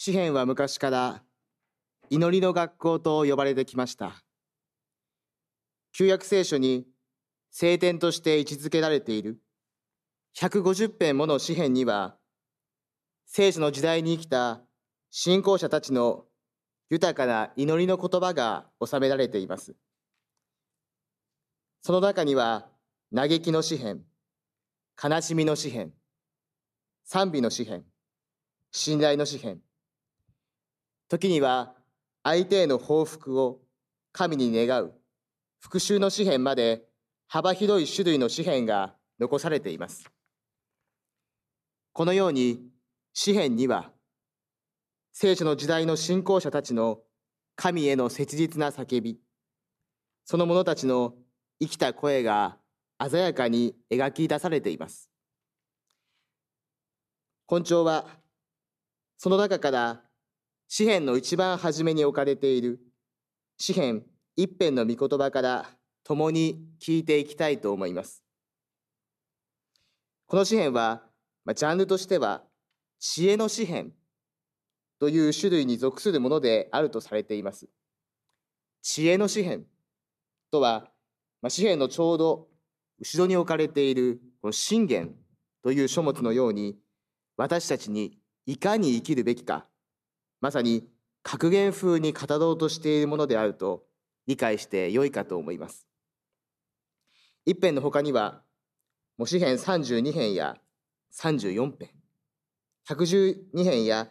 詩篇は昔から祈りの学校と呼ばれてきました。旧約聖書に聖典として位置づけられている150編もの詩篇には、聖書の時代に生きた信仰者たちの豊かな祈りの言葉が収められています。その中には、嘆きの詩篇、悲しみの詩篇、賛美の詩篇、信頼の詩篇、時には相手への報復を神に願う復讐の詩篇まで、幅広い種類の詩篇が残されています。このように詩篇には、聖書の時代の信仰者たちの神への切実な叫び、その者たちの生きた声が鮮やかに描き出されています。今朝はその中から詩篇の一番初めに置かれている詩篇一編の御言葉から共に聞いていきたいと思います。この詩篇は、ジャンルとしては知恵の詩篇という種類に属するものであるとされています。知恵の詩篇とは、詩篇のちょうど後ろに置かれているこの箴言という書物のように、私たちにいかに生きるべきか、まさに格言風に語ろうとしているものであると理解してよいかと思います。一編の他には、詩編32編や34編、112編や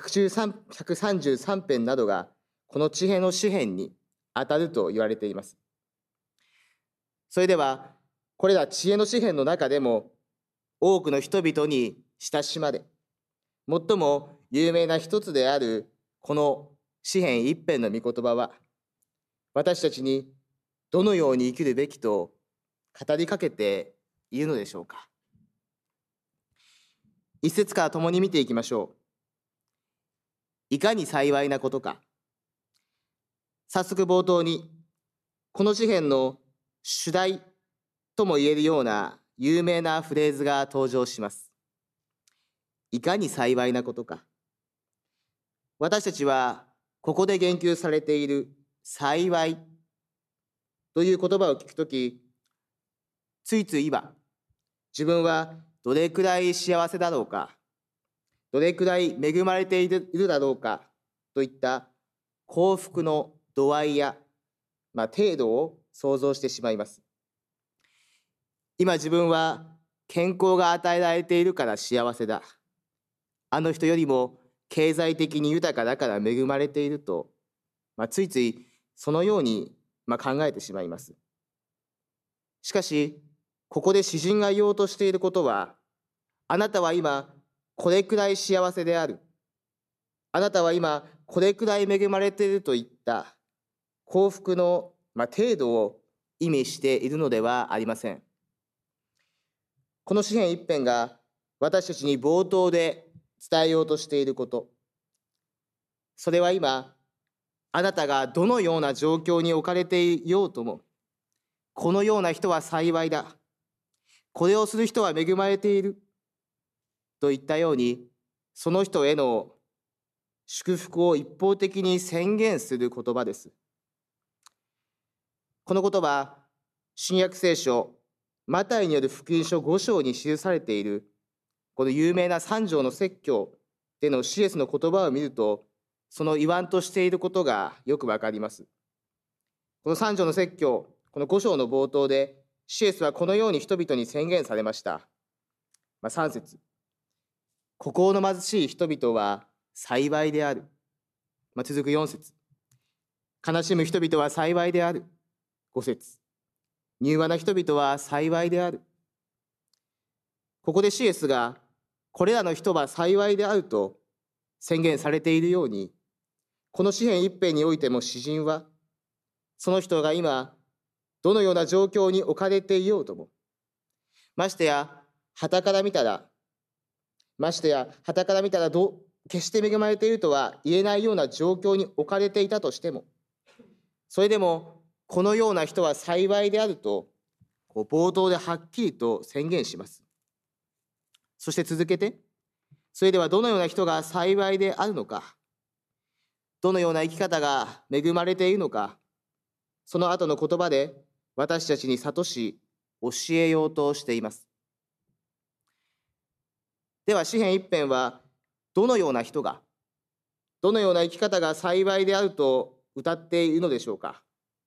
133編などがこの知恵の詩編に当たると言われています。それでは、これら知恵の詩編の中でも多くの人々に親しまれ、最も有名な一つであるこの詩編一編の御言葉は、私たちにどのように生きるべきと語りかけているのでしょうか。一節から共に見ていきましょう。いかに幸いなことか。早速冒頭に、この詩編の主題とも言えるような有名なフレーズが登場します。いかに幸いなことか。私たちはここで言及されている幸いという言葉を聞くとき、ついついは自分はどれくらい幸せだろうか、どれくらい恵まれているだろうかといった幸福の度合いや、程度を想像してしまいます。今自分は健康が与えられているから幸せだ。あの人よりも経済的に豊かだから恵まれていると、ついついそのように考えてしまいます。しかし、ここで詩人が言おうとしていることは、あなたは今これくらい幸せである。あなたは今これくらい恵まれているといった幸福の程度を意味しているのではありません。この詩編一編が私たちに冒頭で伝えようとしていること、それは今、あなたがどのような状況に置かれていようとも、このような人は幸いだ。これをする人は恵まれている。といったように、その人への祝福を一方的に宣言する言葉です。この言葉、新約聖書、マタイによる福音書5章に記されている、この有名な3条の説教でのシエスの言葉を見ると、その言わんとしていることがよくわかります。この3条の説教、この5章の冒頭で、シエスはこのように人々に宣言されました。3節、孤高の貧しい人々は幸いである。続く4節、悲しむ人々は幸いである。5節、柔和な人々は幸いである。ここでシエスがこれらの人は幸いであると宣言されているように、この詩編一編においても詩人は、その人が今どのような状況に置かれていようとも、ましてや傍から見たら決して恵まれているとは言えないような状況に置かれていたとしても、それでもこのような人は幸いであると冒頭ではっきりと宣言します。そして続けて、それではどのような人が幸いであるのかどのような生き方が恵まれているのか、その後の言葉で私たちに諭し教えようとしています。では詩編一編はどのような人が、どのような生き方が幸いであると歌っているのでしょうか。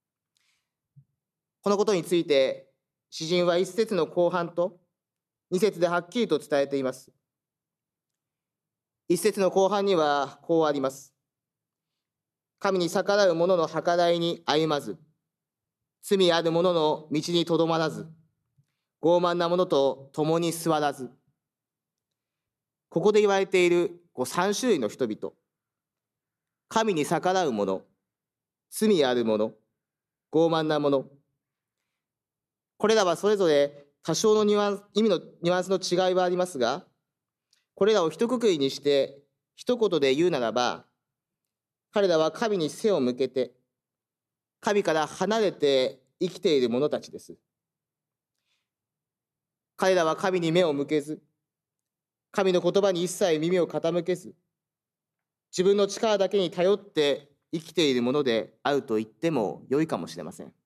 このことについて詩人は一節の後半と二節ではっきりと伝えています。一節の後半にはこうあります。神に逆らう者の計らいに歩まず、罪ある者の道にとどまらず、傲慢な者と共に座らず。ここで言われている3種類の人々、神に逆らう者、罪ある者、傲慢な者、これらはそれぞれ多少の意味のニュアンスの違いはありますが、これらを一括りにして一言で言うならば、彼らは神に背を向けて、神から離れて生きている者たちです。彼らは神に目を向けず、神の言葉に一切耳を傾けず、自分の力だけに頼って生きているものであると言っても良いかもしれません。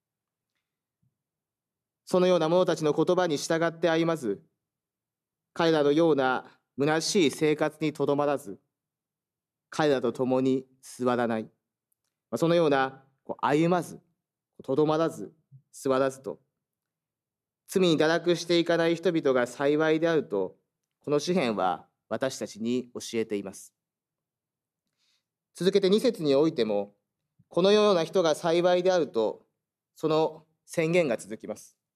そのような者たちの言葉に従って歩まず、彼らのような虚しい生活にとどまらず、彼らと共に座らない、そのような歩まず、とどまらず、座らずと、罪に堕落していかない人々が幸いであると、この詩編は私たちに教えています。続けて2節においても、このような人が幸いであると、その宣言が続きます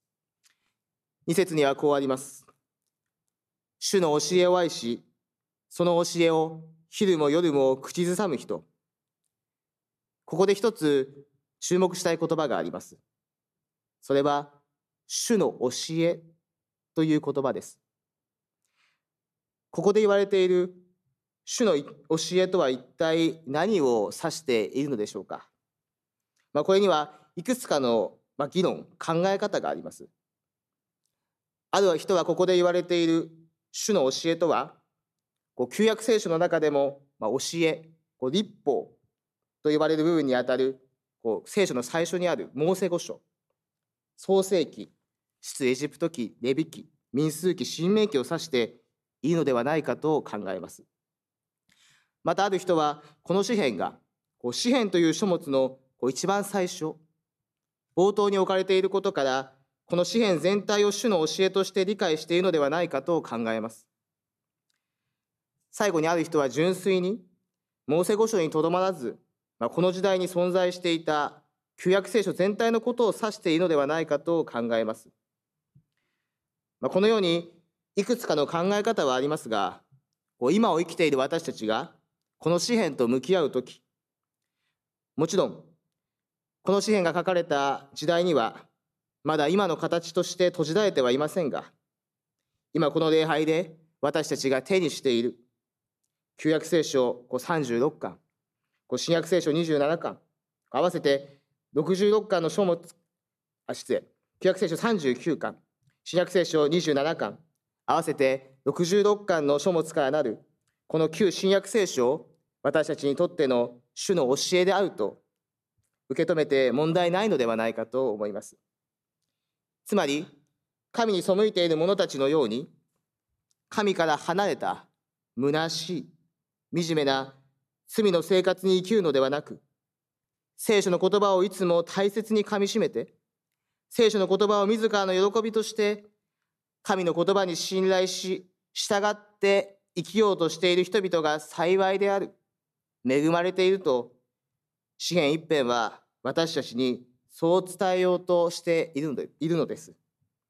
。2節にはこうあります。主の教えを愛し、その教えを昼も夜も口ずさむ人。ここで一つ注目したい言葉があります。それは、主の教えという言葉です。ここで言われている主の教えとは一体何を指しているのでしょうか。これにはいくつかの議論、考え方があります。ある人はここで言われている主の教えとは、旧約聖書の中でも教え、律法と呼ばれる部分にあたる聖書の最初にあるモーセ五書、創世記、出エジプト記、レビ記、民数記、申命記を指していいのではないかと考えます。またある人はこの詩編が詩編という書物の一番最初、冒頭に置かれていることから、この詩編全体を主の教えとして理解しているのではないかと考えます。最後にある人は純粋にモーセ五書にとどまらず、この時代に存在していた旧約聖書全体のことを指しているのではないかと考えます。このようにいくつかの考え方はありますが、今を生きている私たちがこの詩編と向き合うとき、もちろんこの詩編が書かれた時代にはまだ今の形として閉じられてはいませんが、今この礼拝で私たちが手にしている旧約聖書36巻、新約聖書27巻、合わせて66巻の書物、旧約聖書39巻、新約聖書27巻、合わせて66巻の書物からなるこの旧新約聖書を私たちにとっての主の教えであると受け止めて問題ないのではないかと思います。つまり、神に背いている者たちのように、神から離れた虚しい、惨めな罪の生活に生きるのではなく、聖書の言葉をいつも大切にかみしめて、聖書の言葉を自らの喜びとして、神の言葉に信頼し、従って生きようとしている人々が幸いである、恵まれていると、詩編一編は私たちにそう伝えようとしているのです。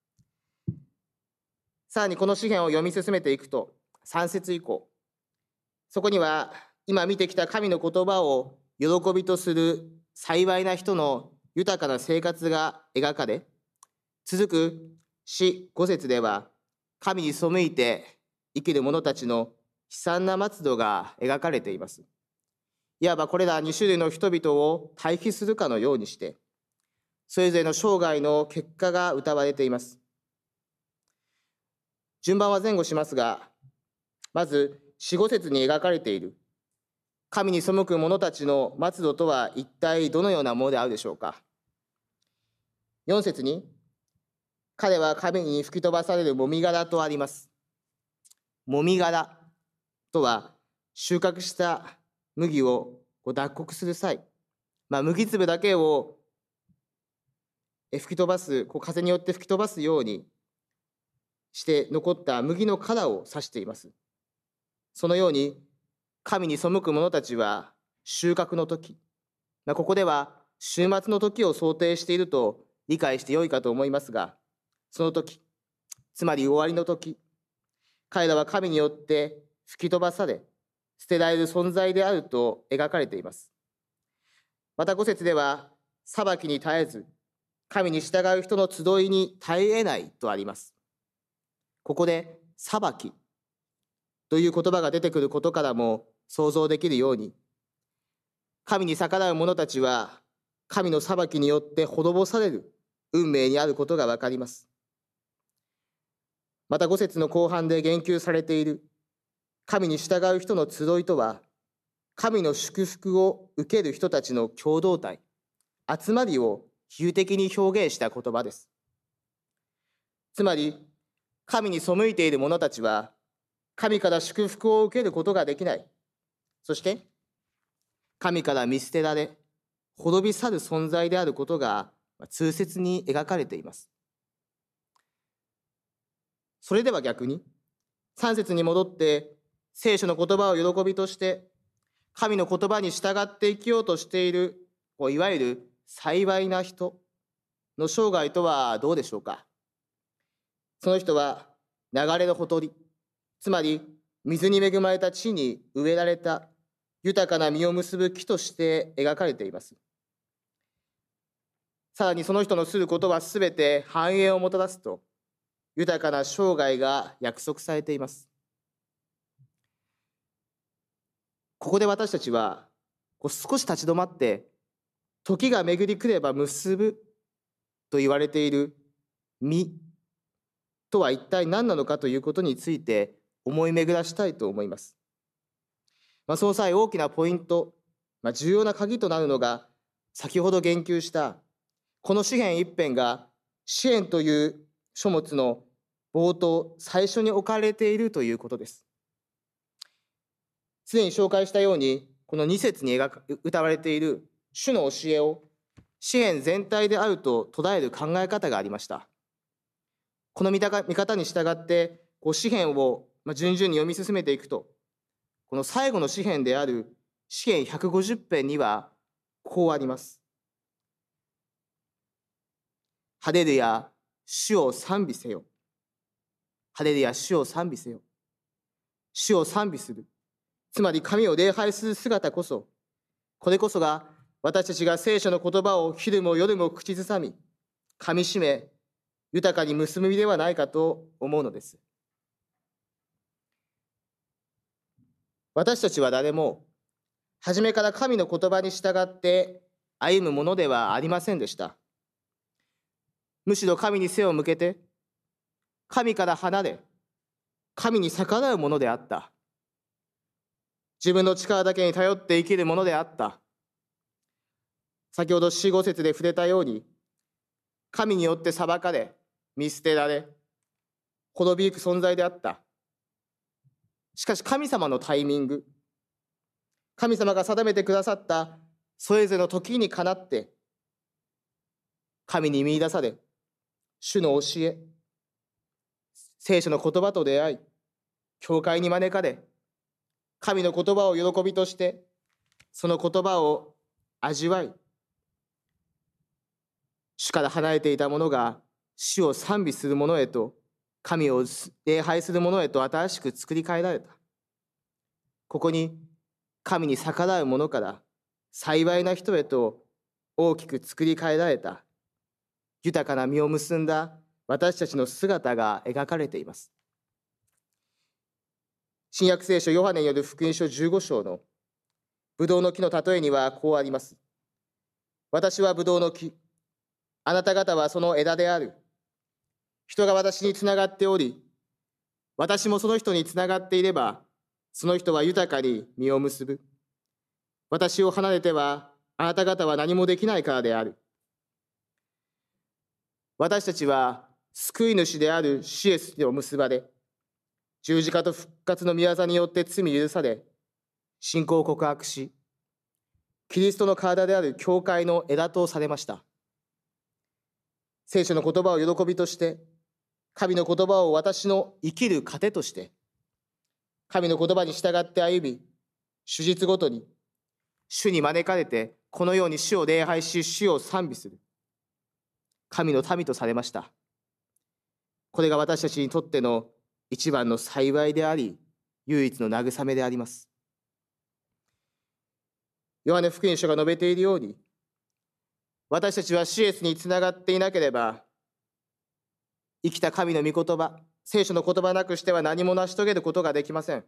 さらにこの詩編を読み進めていくと、3節以降、そこには今見てきた神の言葉を喜びとする幸いな人の豊かな生活が描かれ、続く詩5節では神に背いて生きる者たちの悲惨な末路が描かれています。いわばこれら2種類の人々を対比するかのようにして、それぞれの生涯の結果が歌われています。順番は前後しますが、まず4、5節に描かれている神に背く者たちの末路とは一体どのようなものであるでしょうか。4節に、彼は神に吹き飛ばされるもみ殻とあります。もみ殻とは、収穫した麦を脱穀する際、麦粒だけを吹き飛ばす、風によって吹き飛ばすようにして残った麦の殻を指しています。そのように、神に背く者たちは収穫の時、ここでは終末の時を想定していると理解してよいかと思いますが、その時、つまり終わりの時、彼らは神によって吹き飛ばされ、捨てられる存在であると描かれています。また5節では、裁きに絶えず、神に従う人の集いに耐え得ないとあります。ここで裁きという言葉が出てくることからも想像できるように、神に逆らう者たちは神の裁きによって滅ぼされる運命にあることがわかります。また5節の後半で言及されている神に従う人の集いとは、神の祝福を受ける人たちの共同体、集まりを比喩的に表現した言葉です。つまり、神に背いている者たちは神から祝福を受けることができない。そして、神から見捨てられ、滅び去る存在であることが痛切に描かれています。それでは逆に、3節に戻って、聖書の言葉を喜びとして、神の言葉に従って生きようとしている、いわゆる幸いな人の生涯とはどうでしょうか。その人は流れのほとり、つまり水に恵まれた地に植えられた豊かな実を結ぶ木として描かれています。さらにその人のすることはすべて繁栄をもたらすと、豊かな生涯が約束されています。ここで私たちは少し立ち止まって、時が巡り来れば結ぶと言われている実とは一体何なのかということについて思い巡らしたいと思います。その際大きなポイント、重要な鍵となるのが、先ほど言及したこの詩編一編が詩編という書物の冒頭最初に置かれているということです。すでに紹介したように、この2節に歌われている主の教えを詩編全体であると捉える考え方がありました。この見方に従って詩編を順々に読み進めていくと、この最後の詩編である詩編150編にはこうあります。ハレルヤ、主を賛美せよ。ハレルヤ、主を賛美せよ。主を賛美する。つまり神を礼拝する姿こそ、これこそが私たちが聖書の言葉を昼も夜も口ずさみ、噛みしめ、豊かに結ぶ身ではないかと思うのです。私たちは誰も、初めから神の言葉に従って歩むものではありませんでした。むしろ神に背を向けて、神から離れ、神に逆らうものであった。自分の力だけに頼って生きるものであった。先ほど4、5節で触れたように、神によって裁かれ、見捨てられ、滅びゆく存在であった。しかし神様のタイミング、神様が定めてくださったそれぞれの時にかなって、神に見出され、主の教え、聖書の言葉と出会い、教会に招かれ、神の言葉を喜びとして、その言葉を味わい、主から離れていた者が主を賛美する者へと、神を礼拝する者へと新しく作り変えられた。ここに神に逆らう者から幸いな人へと大きく作り変えられた、豊かな実を結んだ私たちの姿が描かれています。新約聖書ヨハネによる福音書15章のブドウの木の例えにはこうあります。私はブドウの木、あなた方はその枝である。人が私につながっており、私もその人につながっていれば、その人は豊かに実を結ぶ。 私を離れてはあなた方は何もできないからである。私たちは救い主であるシエスと結ばれ、十字架と復活の御業によって罪許され、信仰を告白し、キリストの体である教会の枝とされました。聖書の言葉を喜びとして、神の言葉を私の生きる糧として、神の言葉に従って歩み、主日ごとに、主に招かれて、このように主を礼拝し、主を賛美する。神の民とされました。これが私たちにとっての一番の幸いであり、唯一の慰めであります。ヨハネ福音書が述べているように、私たちはシエスにつながっていなければ、生きた神の御言葉、聖書の言葉なくしては何も成し遂げることができません。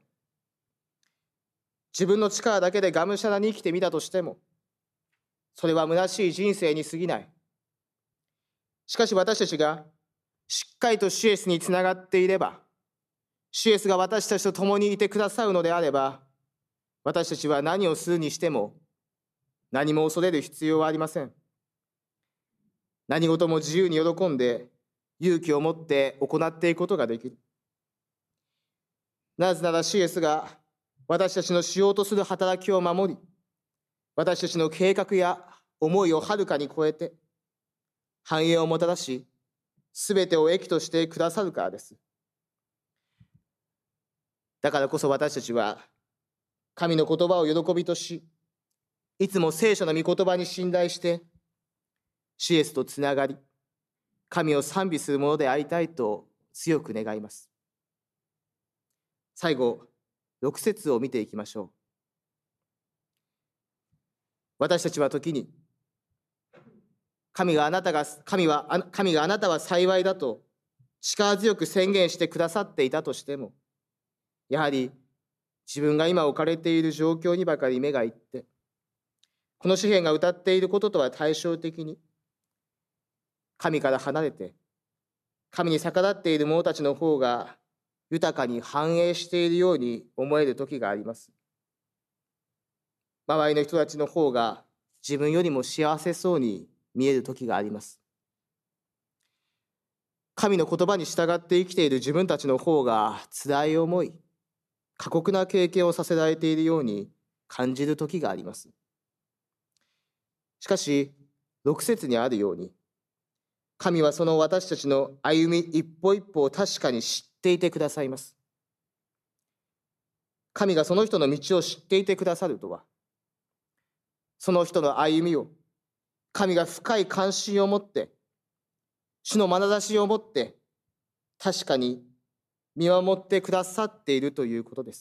自分の力だけでがむしゃらに生きてみたとしても、それは虚しい人生に過ぎない。しかし私たちがしっかりとシエスにつながっていれば、シエスが私たちと共にいてくださるのであれば、私たちは何をするにしても何も恐れる必要はありません。何事も自由に喜んで勇気を持って行っていくことができる。なぜならシエスが私たちのしようとする働きを守り、私たちの計画や思いをはるかに超えて繁栄をもたらし、すべてを益としてくださるからです。だからこそ私たちは神の言葉を喜びとし、いつも聖書の御言葉に信頼してシエスとつながり、神を賛美するものでありたいと強く願います。最後、6節を見ていきましょう。私たちは時に神があなたは幸いだと力強く宣言してくださっていたとしても、やはり自分が今置かれている状況にばかり目がいって、この詩篇が歌っていることとは対照的に、神から離れて神に逆らっている者たちの方が豊かに繁栄しているように思える時があります。周りの人たちの方が自分よりも幸せそうに見える時があります。神の言葉に従って生きている自分たちの方が辛い思い、過酷な経験をさせられているように感じる時があります。しかし、6節にあるように、神はその私たちの歩み一歩一歩を確かに知っていてくださいます。神がその人の道を知っていてくださるとは、その人の歩みを神が深い関心を持って、主の眼差しを持って確かに見守ってくださっているということです。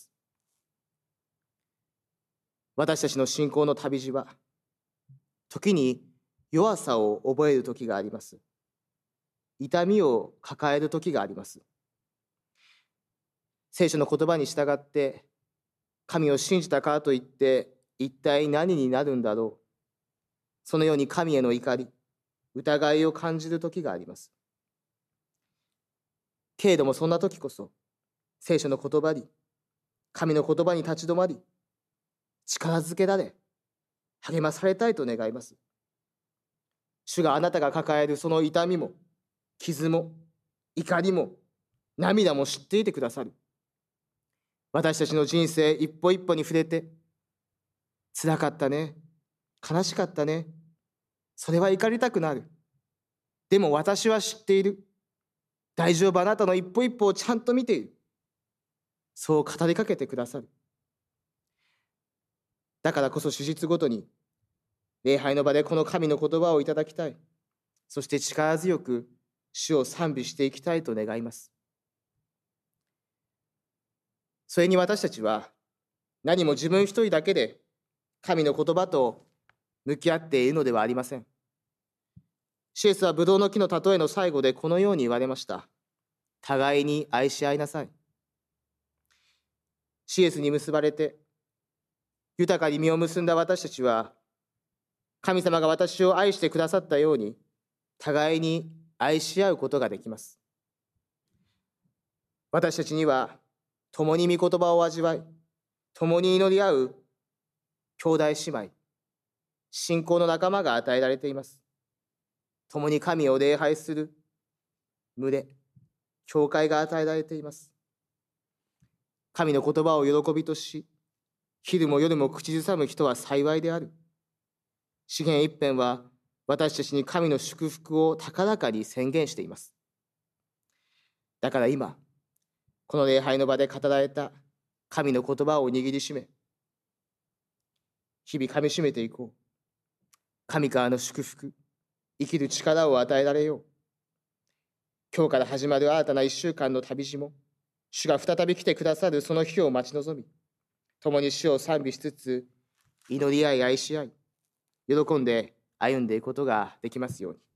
私たちの信仰の旅路は、時に弱さを覚える時があります。痛みを抱える時があります。聖書の言葉に従って神を信じたからといって一体何になるんだろう、そのように神への怒り、疑いを感じる時があります。けれどもそんな時こそ聖書の言葉に、神の言葉に立ち止まり、力づけられ励まされたいと願います。主があなたが抱えるその痛みも傷も怒りも涙も知っていてくださる。私たちの人生一歩一歩に触れて、辛かったね、悲しかったね、それは怒りたくなる、でも私は知っている、大丈夫、あなたの一歩一歩をちゃんと見ている、そう語りかけてくださる。だからこそ手術ごとに礼拝の場でこの神の言葉をいただきたい。そして力強く主を賛美していきたいと願います。それに私たちは何も自分一人だけで神の言葉と向き合っているのではありません。シエスはブドウの木の例えの最後でこのように言われました。互いに愛し合いなさい。シエスに結ばれて豊かに実を結んだ私たちは、神様が私を愛してくださったように互いに愛し合うことができます。私たちには共に御言葉を味わい、共に祈り合う兄弟姉妹、信仰の仲間が与えられています。共に神を礼拝する群れ、教会が与えられています。神の言葉を喜びとし、昼も夜も口ずさむ人は幸いである。詩編一編は私たちに神の祝福を高らかに宣言しています。だから今、この礼拝の場で語られた神の言葉を握りしめ、日々噛みしめていこう。神からの祝福、生きる力を与えられよう。今日から始まる新たな一週間の旅路も、主が再び来てくださるその日を待ち望み、共に主を賛美しつつ、祈り合い愛し合い、喜んで歩んでいくことができますように。